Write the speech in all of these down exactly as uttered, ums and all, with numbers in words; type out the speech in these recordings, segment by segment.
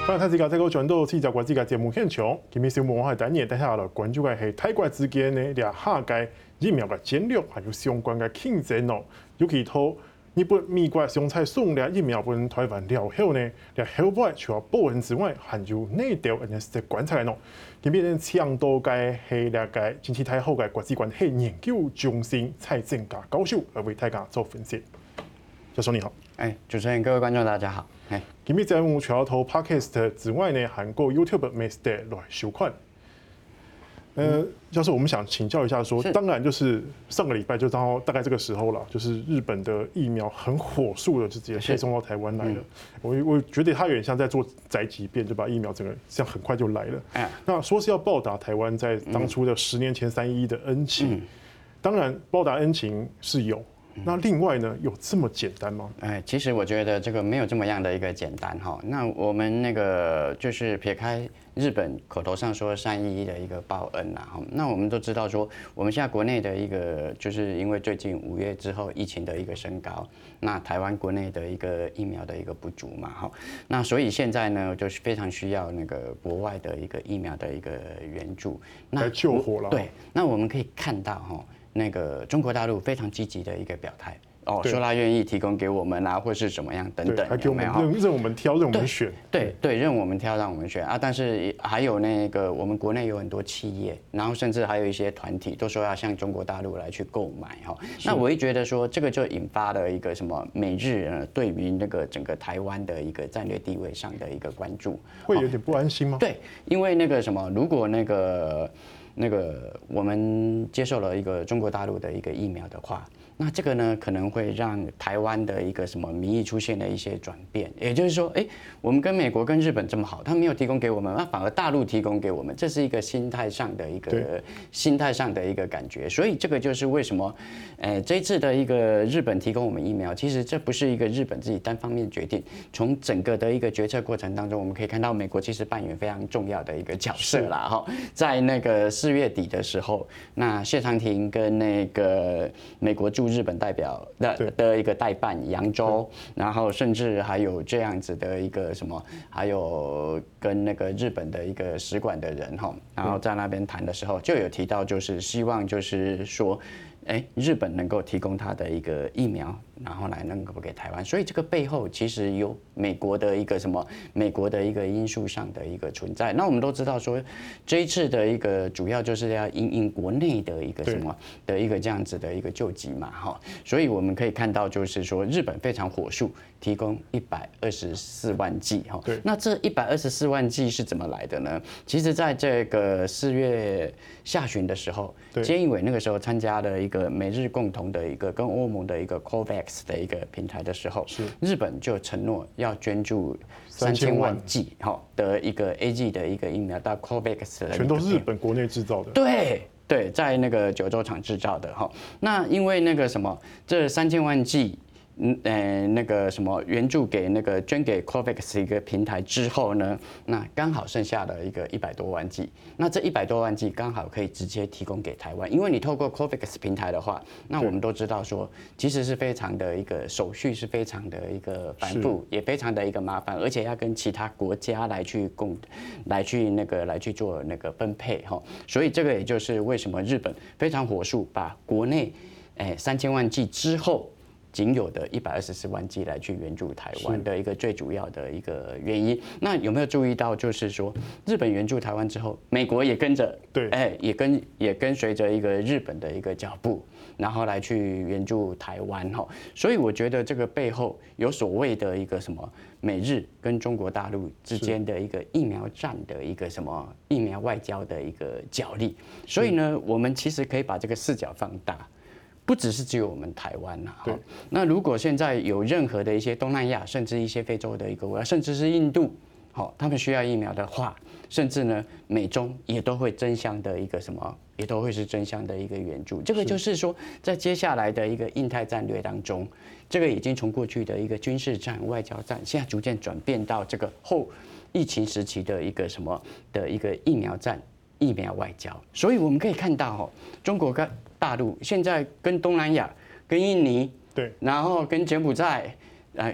欢迎大家再个转到四十国际嘅节目现场。今日小文化单元带下来关注嘅系泰国之间呢俩下届疫苗嘅战略，还有相关嘅竞争哦。尤其到日本、美国相采送俩疫苗本台湾了后呢，俩后外除了保温之外，还有内调人家是观察嘅喏。今日呢，倡导嘅系俩嘅经济太好嘅国际关系研究中心蔡正家教授来为大家做分析。教授你好。 哎，主持人、各位观众，大家好。哎， 今日节目除了投 Podcast 之外呢，还有 YouTube 每日来收看。呃，教授，我们想请教一下说，当然就是上个礼拜就到大概这个时候了，就是日本的疫苗很火速的就直接配送到台湾来了。我我觉得他有点像在做宅急便，就把疫苗整个这样很快就来了。哎，那说是要报答台湾在当初的十年前三一一的恩情，当然报答恩情是有。那另外呢，有这么简单吗？ 哎，其实我觉得这个没有这么样的一个简单哈。那我们那个就是撇开日本口头上说三一一的一个报恩啦哈，那我们都知道说，我们现在国内的一个就是因为最近五月之后疫情的一个升高，那台湾国内的一个疫苗的一个不足嘛哈，那所以现在呢就是非常需要那个国外的一个疫苗的一个援助， 来救火了。 对，那我们可以看到哈。那个中国大陆非常积极的一个表态，哦，说他愿意提供给我们啊，或是怎么样等等， 还给我们任任我们挑，任我们选， 对对，任我们挑，让我们选啊。但是还有那个我们国内有很多企业，然后甚至还有一些团体都说要向中国大陆来去购买哈。那我会觉得说，这个就引发了一个什么美日呃对于那个整个台湾的一个战略地位上的一个关注， 会有点不安心吗？ 对，因为那个什么，如果那个。那个我们接受了一个中国大陆的一个疫苗的话，那这个呢可能会让台湾的一个什么民意出现了一些转变，也就是说，哎，我们跟美国跟日本这么好，他没有提供给我们，那反而大陆提供给我们，这是一个心态上的一个心态上的一个感觉，所以这个就是为什么，呃，这一次的一个日本提供我们疫苗，其实这不是一个日本自己单方面决定，从整个的一个决策过程当中，我们可以看到美国其实扮演非常重要的一个角色啦，哈，在那个四月底的时候，那谢长廷跟那个美国驻日本代表的的一个代办扬州，然后甚至还有这样子的一个什么，还有跟那个日本的一个使馆的人哈，然后在那边谈的时候就有提到，就是希望就是说。哎，日本能够提供它的一个疫苗，然后来能够给台湾，所以这个背后其实有美国的一个什么，美国的一个因素上的一个存在。那我们都知道说，这一次的一个主要就是要因应国内的一个什么的一个这样子的一个救急嘛，哈，所以我们可以看到就是说，日本非常火速提供一百二十四万剂，哈，那这一百二十四万剂是怎么来的呢？其实在这个四月下旬的时候，菅义伟那个时候参加了一个美日共同的一个跟欧盟的一个 COVAX 的一个平台的时候，日本就承诺要捐助三千万剂哈的一个 A G 的一个疫苗到 COVAX 的， 全都是日本国内制造的。 对对，在那个九州厂制造的哈。那因为那个什么，这三千万剂。嗯，呃，那个什么援助给那个捐给 COVAX 一个平台之后呢，那刚好剩下了一个一百多万剂，那这一百多万剂刚好可以直接提供给台湾，因为你透过 COVAX 平台的话，那我们都知道说，其实是非常的一个手续是非常的一个繁复，也非常的一个麻烦，而且要跟其他国家来去共，来去那个来去做那个分配哈，所以这个也就是为什么日本非常火速把国内，哎三千万剂之后。仅有的一百二十四万剂来去援助台湾的一个最主要的一个原因。那有没有注意到，就是说日本援助台湾之后，美国也跟着，对，哎，也跟也跟随着一个日本的一个脚步，然后来去援助台湾哈。所以我觉得这个背后有所谓的一个什么美日跟中国大陆之间的一个疫苗战的一个什么疫苗外交的一个角力。所以呢，我们其实可以把这个视角放大。不只是只有我们台湾呐，那如果现在有任何的一些东南亚，甚至一些非洲的一个国家，甚至是印度，好，他们需要疫苗的话，甚至呢美中也都会争相的一个什么，也都会是争相的一个援助。这个就是说，在接下来的一个印太战略当中，这个已经从过去的一个军事战、外交战，现在逐渐转变到这个后疫情时期的一个什么的一个疫苗战。疫苗外交，所以我们可以看到哦，中国跟大陆现在跟东南亚、跟印尼，对，然后跟柬埔寨，呃，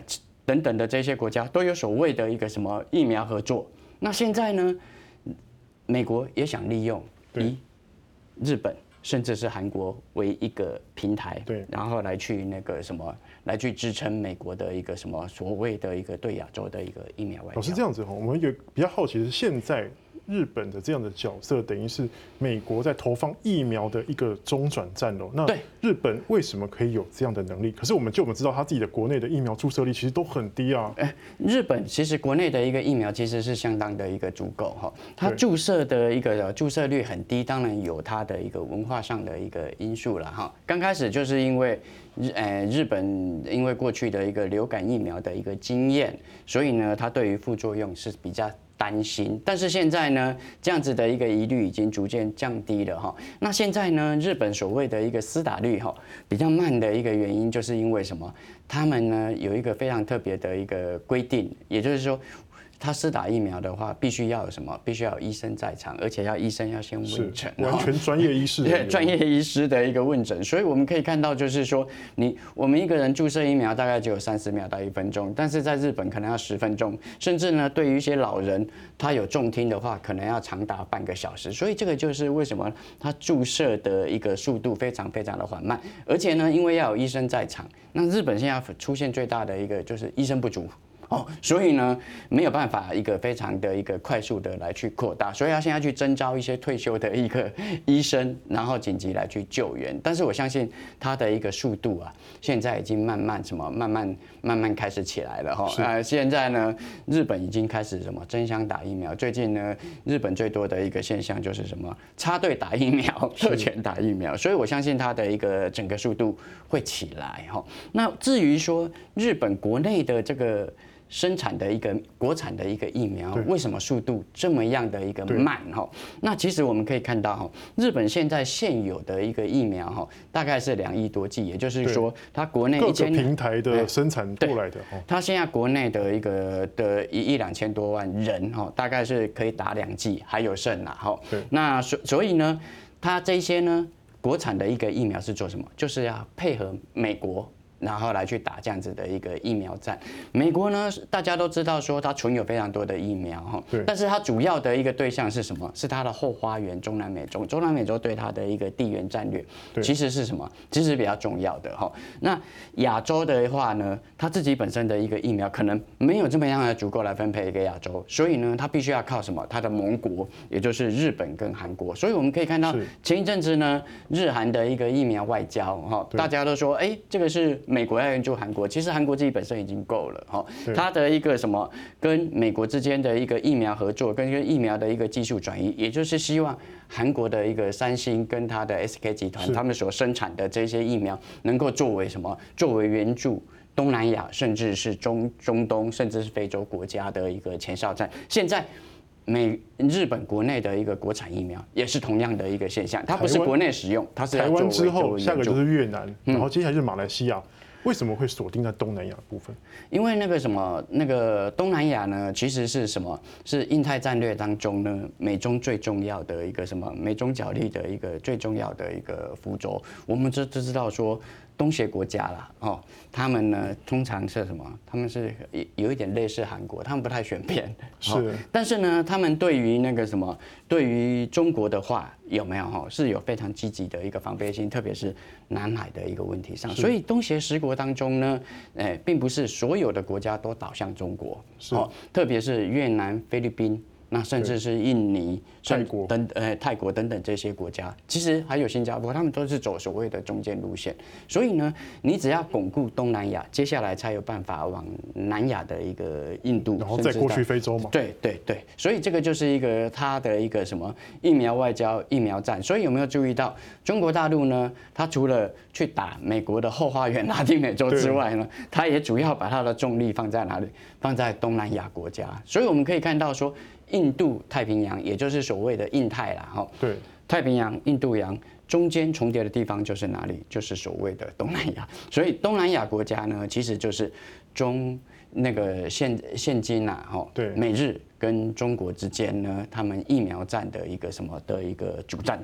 等等的这些国家都有所谓的一个什么疫苗合作。那现在呢，美国也想利用以日本甚至是韩国为一个平台， 对， 然后来去那个什么，来去支撑美国的一个什么所谓的一个对亚洲的一个疫苗外交。 老师这样子哈，我们有比较好奇的是，现在日本的这样的角色，等于是美国在投放疫苗的一个中转站哦。那日本为什么可以有这样的能力？可是我们就我们知道，他自己的国内的疫苗注射率其实都很低啊。 哎，日本其实国内的一个疫苗其实是相当的一个足够哈，它注射的一个注射率很低，当然有它的一个文化上的一个因素了哈。刚开始就是因为日呃日本因为过去的一个流感疫苗的一个经验，所以呢，它对于副作用是比较担心，但是现在呢，这样子的一个疑虑已经逐渐降低了哈。那现在呢，日本所谓的一个施打率哈比较慢的一个原因，就是因为什么？他们呢有一个非常特别的一个规定，也就是说，他施打疫苗的话，必须要有什么？必须要有医生在场，而且要医生要先问诊， 完全专业医师， 对专业医师的一个问诊。所以我们可以看到，就是说，你我们一个人注射疫苗大概只有三十秒到一分钟，但是在日本可能要十分钟，甚至呢，对于一些老人，他有重听的话，可能要长达半个小时。所以这个就是为什么他注射的一个速度非常非常的缓慢，而且呢，因为要有医生在场，那日本现在出现最大的一个就是医生不足。哦，所以呢，没有办法一个非常的一个快速的来去扩大，所以要现在去征召一些退休的一个医生，然后紧急来去救援。但是我相信它的一个速度啊，现在已经慢慢什么，慢慢慢慢开始起来了哈。呃，现在呢，日本已经开始什么争相打疫苗。最近呢，日本最多的一个现象就是什么插队打疫苗、特权打疫苗，所以我相信它的一个整个速度会起来哈。那至于说日本国内的这个生产的一个国产的一个疫苗，为什么速度这么样的一个慢哈？那其实我们可以看到哈，日本现在现有的一个疫苗哈，大概是两亿多剂，也就是说，它国内各个平台的生产过来的哈， 它现在国内的一个的一亿两千多万人哈，大概是可以打两剂，还有剩啦哈。那所所以呢，它这些呢，国产的一个疫苗是做什么？就是要配合美国。然后来去打这样子的一个疫苗战。美国呢，大家都知道说它存有非常多的疫苗哈，但是它主要的一个对象是什么？是它的后花园中南美洲。中南美洲对它的一个地缘战略其实是什么？其实比较重要的哈。那亚洲的话呢，它自己本身的一个疫苗可能没有这么样的足够来分配给亚洲，所以呢，它必须要靠什么？它的盟国，也就是日本跟韩国。所以我们可以看到前一阵子呢，日韩的一个疫苗外交哈，大家都说哎，这个是。美国要援助韩国，其实韩国自己本身已经够了哈。它的一个什么跟美国之间的一个疫苗合作，跟疫苗的一个技术转移，也就是希望韩国的一个三星跟它的 S K 集团他们所生产的这些疫苗，能够作为什么？作为援助东南亚，甚至是中中东，甚至是非洲国家的一个前哨战。现在。美日本国内的一个国产疫苗也是同样的一个现象，它不是国内使用，它是台湾之后，下个就是越南，然后接下来就是马来西亚。为什么会锁定在东南亚部分？ 因为那个什么，那个东南亚呢，其实是什么？是印太战略当中呢，美中最重要的一个什么？美中角力的一个最重要的一个符轴。我们就知道说。东协国家啦，哦，他们呢通常是什么？他们是有一点类似韩国，他们不太选边， 是。 但是呢，他们对于那个什么，对于中国的话，有没有哈？是有非常积极的一个防备心，特别是南海的一个问题上。所以东协十国当中呢，哎，并不是所有的国家都倒向中国，哦，特别是越南、菲律宾。那甚至是印尼、 泰国等呃泰国等等这些国家，其实还有新加坡，他们都是走所谓的中间路线。所以呢，你只要巩固东南亚，接下来才有办法往南亚的一个印度， 然后再过去非洲嘛。 对对对，所以这个就是一个它的一个什么疫苗外交、疫苗战。所以有没有注意到中国大陆呢？它除了去打美国的后花园拉丁美洲之外呢，它也主要把它的重力放在哪里？放在东南亚国家。所以我们可以看到说。印度太平洋，也就是所谓的印太啦，哈， 对， 太平洋、印度洋中间重叠的地方就是哪里？就是所谓的东南亚。所以东南亚国家呢，其实就是中那个现现今呐，哈， 对， 美日跟中国之间呢，他们疫苗战的一个什么的一个主战场。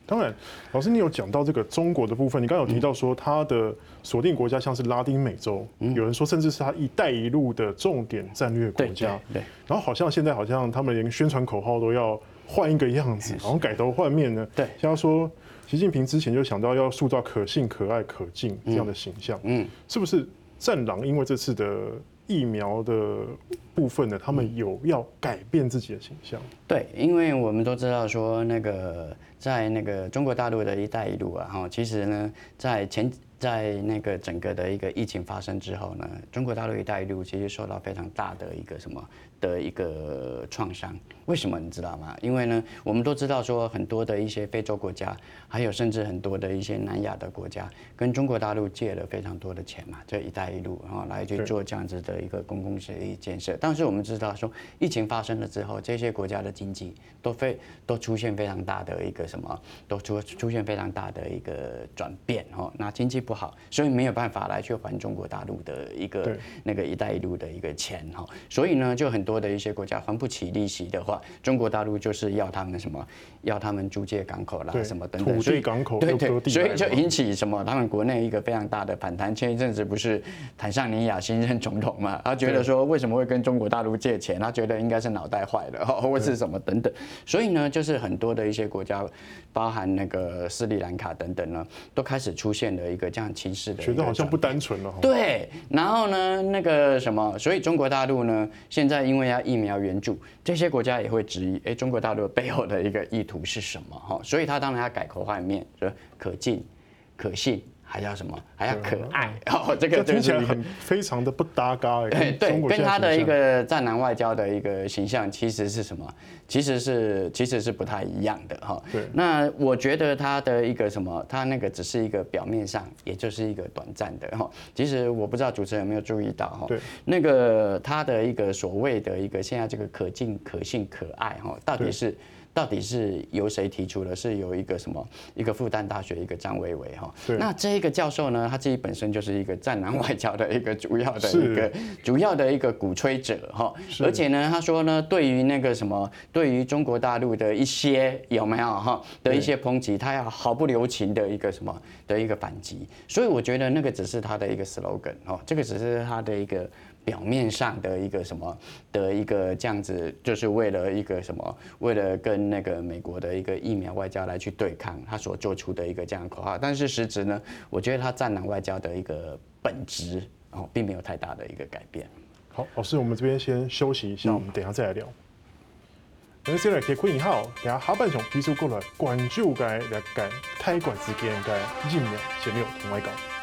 当然，老师你有讲到这个中国的部分，你刚刚有提到说它的锁定国家像是拉丁美洲，嗯、有人说甚至是它“一带一路”的重点战略国家。 对， 对， 对。 然后好像现在好像他们连宣传口号都要换一个样子，好像改头换面呢。 对， 像说习近平之前就想到要塑造可信、可爱、可敬这样的形象，嗯，是不是？战狼因为这次的疫苗的部分呢，他们有要改变自己的形象。 对，因为我们都知道说，那个在那个中国大陆的一带一路啊，哈，其实呢，在前在那个整个的一个疫情发生之后呢，中国大陆一带一路其实受到非常大的一个什么的一个创伤。为什么你知道吗？因为呢，我们都知道说很多的一些非洲国家，还有甚至很多的一些南亚的国家，跟中国大陆借了非常多的钱嘛，这一带一路然后来去做这样子的一个公共协议建设。但是我们知道说，疫情发生了之后，这些国家的经济都非都出现非常大的一个什么，都出出现非常大的一个转变哦。那经济不好，所以没有办法来去还中国大陆的一个那个一带一路的一个钱哈。所以呢，就很多的一些国家还不起利息的话，中国大陆就是要他们什么，要他们租借港口啦，什么等等， 土地港口对对，所以就引起什么他们国内一个非常大的反弹。前一阵子不是坦桑尼亚新任总统嘛，他觉得说为什么会跟中国大陆借钱，他觉得应该是脑袋坏了或是什么等等。所以呢，就是很多的一些国家，包含那个斯里兰卡等等呢，都开始出现了一个这样情势的， 觉得好像不单纯了。 对，然后呢，那个什么，所以中国大陆呢，现在因为要疫苗援助，这些国家也会质疑，哎，中国大陆背后的一个意图是什么？哈，所以他当然要改口换面，说可敬、可信。还要什么？还要可爱哦，这个听起来很非常的不搭嘎哎。对，跟他的一个战狼外交的一个形象其实是什么？其实是其实是不太一样的哈。 对。 那我觉得他的一个什么？他那个只是一个表面上，也就是一个短暂的哈。其实我不知道主持人有没有注意到哈。 对。 那个他的一个所谓的一个现在这个可敬、可信、可爱哈，到底是？到底是由谁提出的？是有一个什么一个复旦大学一个张维维哈，那这一个教授呢，他自己本身就是一个战狼外交的一个主要的一个主要的一个鼓吹者哈，而且呢，他说呢，对于那个什么，对于中国大陆的一些有没有哈的一些抨击，他要毫不留情的一个什么的一个反击，所以我觉得那个只是他的一个 slogan 哦，这个只是他的一个。表面上的一个什么的一个这样子，就是为了一个什么，为了跟那个美国的一个疫苗外交来去对抗，他所做出的一个这样的口号。但是实质呢，我觉得他战狼外交的一个本质哦，并没有太大的一个改变。 好，老师，我们这边先休息一下，嗯、我们等一下再来聊。那先来开开以后，等下下半场比数过来，关注该来改开馆之间该疫苗前六同外讲。